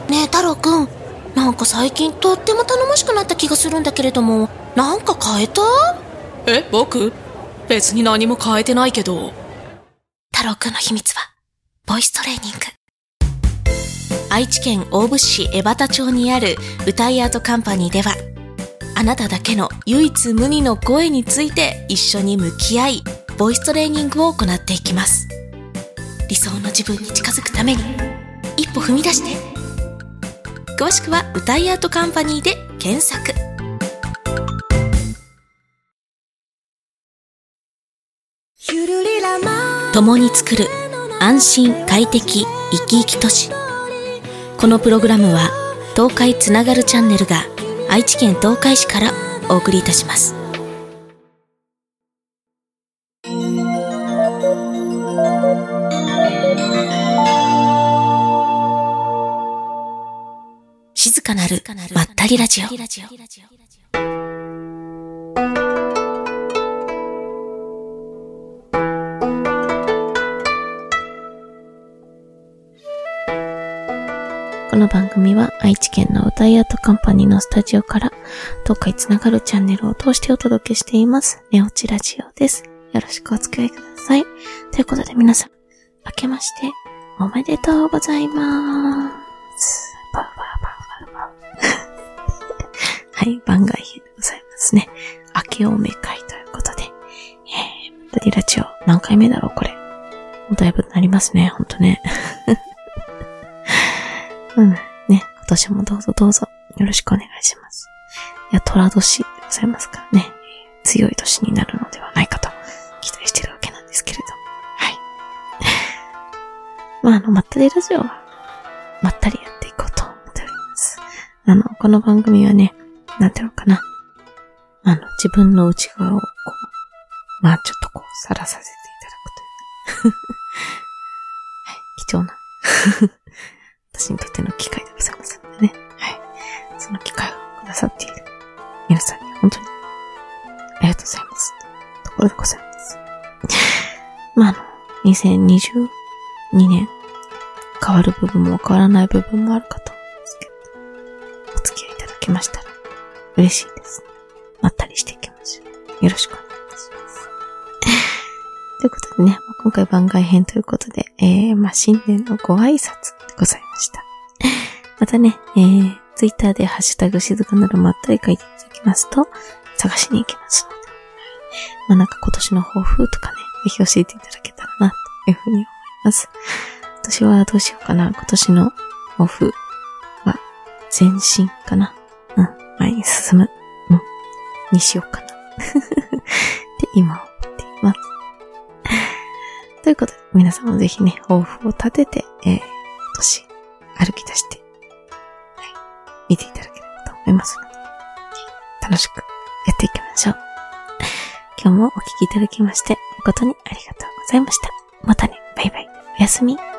ねえ太郎くん、なんか最近とっても頼もしくなった気がするんだけれども、なんか変えた？ 僕？別に何も変えてないけど。 太郎くんの秘密はボイストレーニング。愛知県大府市江端町にある歌いアートカンパニーでは、あなただけの唯一無二の声について一緒に向き合い、ボイストレーニングを行っていきます。理想の自分に近づくために一歩踏み出して。詳しくは歌いアートカンパニーで検索。共に作る安心快適生き生き都市。このプログラムは東海つながるチャンネルが愛知県東海市からお送りいたします。静かなるまったりラジオ。この番組は愛知県の歌いアートカンパニーのスタジオから東海つながるチャンネルを通してお届けしています寝落ちラジオです。よろしくお付き合いください。ということで皆さん、明けましておめでとうございます。はい、番外編でございますね。明けおめ会ということで、まったりラジオ何回目だろうこれ。もうだいぶなりますね、ほんとね。ね、今年もどうぞどうぞよろしくお願いします。いや、寅年でございますからね、強い年になるのではないかと期待してるわけなんですけれども、はい。まったりラジオはまったりやっていこうと思っております。この番組はね、なんていうのかな、自分の内側をちょっとさらさせていただくという、はい、貴重な私にとっての機会でございますのでね。はい。その機会をくださっている皆さんに本当にありがとうございます。ところでございます。2022年変わる部分も変わらない部分もあるかと思うんですけど、お付き合いいただきましたら嬉しいです。まったりしていきましょう。よろしくお願いいたします。ということでね、今回番外編ということで、新年のご挨拶でございました。またね、ツイッターでハッシュタグ静かなるまったり書いていただきますと、探しに行きますので。なんか今年の抱負とかね、ぜひ教えていただけたらな、というふうに思います。私はどうしようかな。今年の抱負は、前進かな。前に進む。にしようかな。って今思っています。ということで、皆さんもぜひね、抱負を立てて、今年歩き出して、見ていただければと思いますので、楽しくやっていきましょう。今日もお聞きいただきまして、誠にありがとうございました。またね、バイバイ、おやすみ。